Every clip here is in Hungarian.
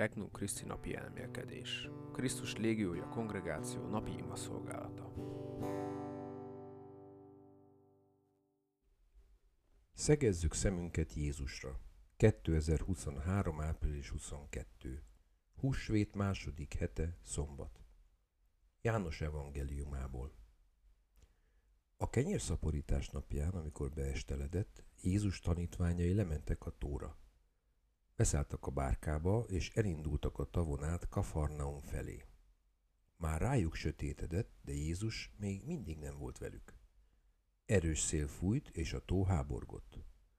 Regnum Christi napi elmélkedés. Krisztus légiója kongregáció napi imaszolgálata. Szegezzük szemünket Jézusra. 2023. április 22. Húsvét második hete, szombat. János evangéliumából. A kenyérszaporítás napján, amikor beesteledett, Jézus tanítványai lementek a tóra. Beszálltak a bárkába, és elindultak a tavon át Kafarnaum felé. Már rájuk sötétedett, de Jézus még mindig nem volt velük. Erős szél fújt, és a tó háborgott.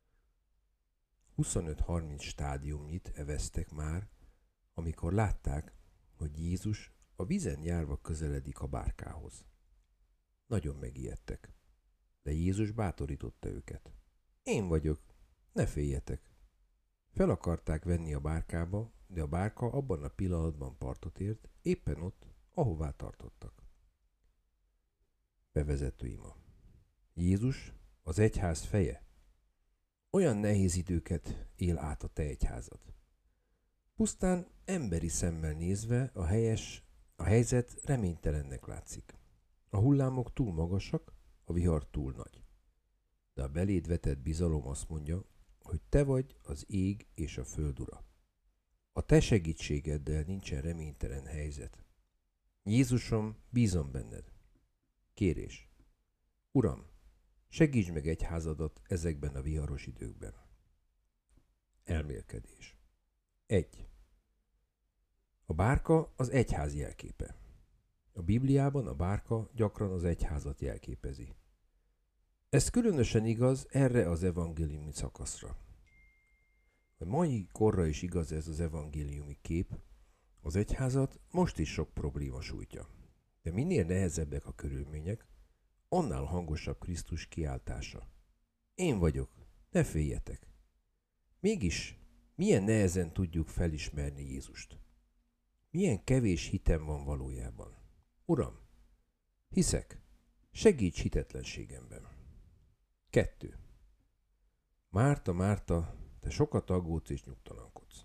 25-30 stádiumnyit eveztek már, amikor látták, hogy Jézus a vízen járva közeledik a bárkához. Nagyon megijedtek, de Jézus bátorította őket. Én vagyok, ne féljetek! Fel akarták venni a bárkába, de a bárka abban a pillanatban partot ért, éppen ott, ahová tartottak. Bevezető ima. Jézus az egyház feje. Olyan nehéz időket él át a te egyházad. Pusztán emberi szemmel nézve a helyzet reménytelennek látszik. A hullámok túl magasak, a vihar túl nagy. De a beléd vetett bizalom azt mondja, hogy te vagy az ég és a föld ura. A te segítségeddel nincsen reménytelen helyzet. Jézusom, bízom benned. Kérés. Uram, segíts meg egyházadat ezekben a viharos időkben. Elmélkedés. 1. A bárka az egyház jelképe. A Bibliában a bárka gyakran az egyházat jelképezi. Ez különösen igaz erre az evangéliumi szakaszra. A mai korra is igaz ez az evangéliumi kép. Az egyházat most is sok probléma sújtja. De minél nehezebbek a körülmények, annál hangosabb Krisztus kiáltása. Én vagyok, ne féljetek! Mégis, milyen nehezen tudjuk felismerni Jézust? Milyen kevés hitem van valójában? Uram, hiszek, segíts hitetlenségemben. 2. Márta, Márta, te sokat aggódsz és nyugtalankodsz.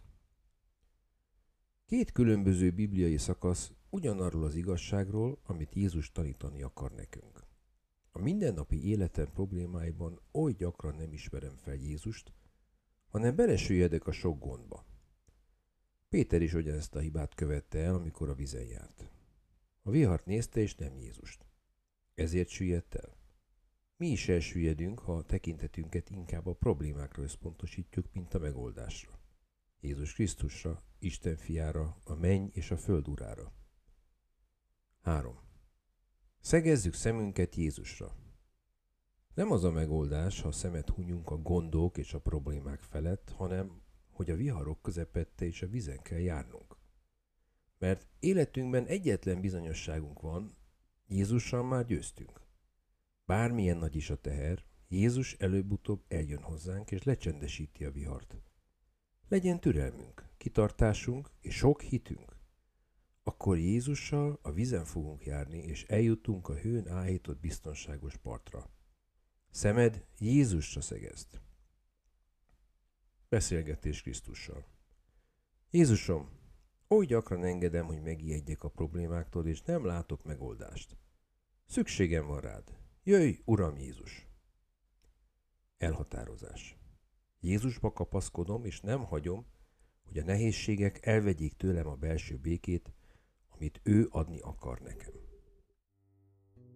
Két különböző bibliai szakasz ugyanarról az igazságról, amit Jézus tanítani akar nekünk. A mindennapi életem problémáiban oly gyakran nem ismerem fel Jézust, hanem belesüllyedek a sok gondba. Péter is ugyanezt a hibát követte el, amikor a vízen járt. A vihart nézte, és nem Jézust. Ezért süllyedt el. Mi is elsüllyedünk, ha a tekintetünket inkább a problémákra összpontosítjuk, mint a megoldásra. Jézus Krisztusra, Isten fiára, a menny és a föld urára. 3. Szegezzük szemünket Jézusra. Nem az a megoldás, ha szemet hunyunk a gondok és a problémák felett, hanem, hogy a viharok közepette és a vízen kell járnunk. Mert életünkben egyetlen bizonyosságunk van, Jézussal már győztünk. Bármilyen nagy is a teher, Jézus előbb-utóbb eljön hozzánk és lecsendesíti a vihart. Legyen türelmünk, kitartásunk és sok hitünk. Akkor Jézussal a vízen fogunk járni, és eljutunk a hőn áhított biztonságos partra. Szemed Jézusra szegezd. Beszélgetés Krisztussal. Jézusom, oly gyakran engedem, hogy megijedjek a problémáktól, és nem látok megoldást. Szükségem van rád. Jöjj, Uram Jézus! Elhatározás. Jézusba kapaszkodom, és nem hagyom, hogy a nehézségek elvegyék tőlem a belső békét, amit ő adni akar nekem.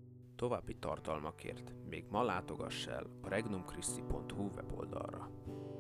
További tartalmakért még ma látogass el a regnumchristi.hu weboldalra.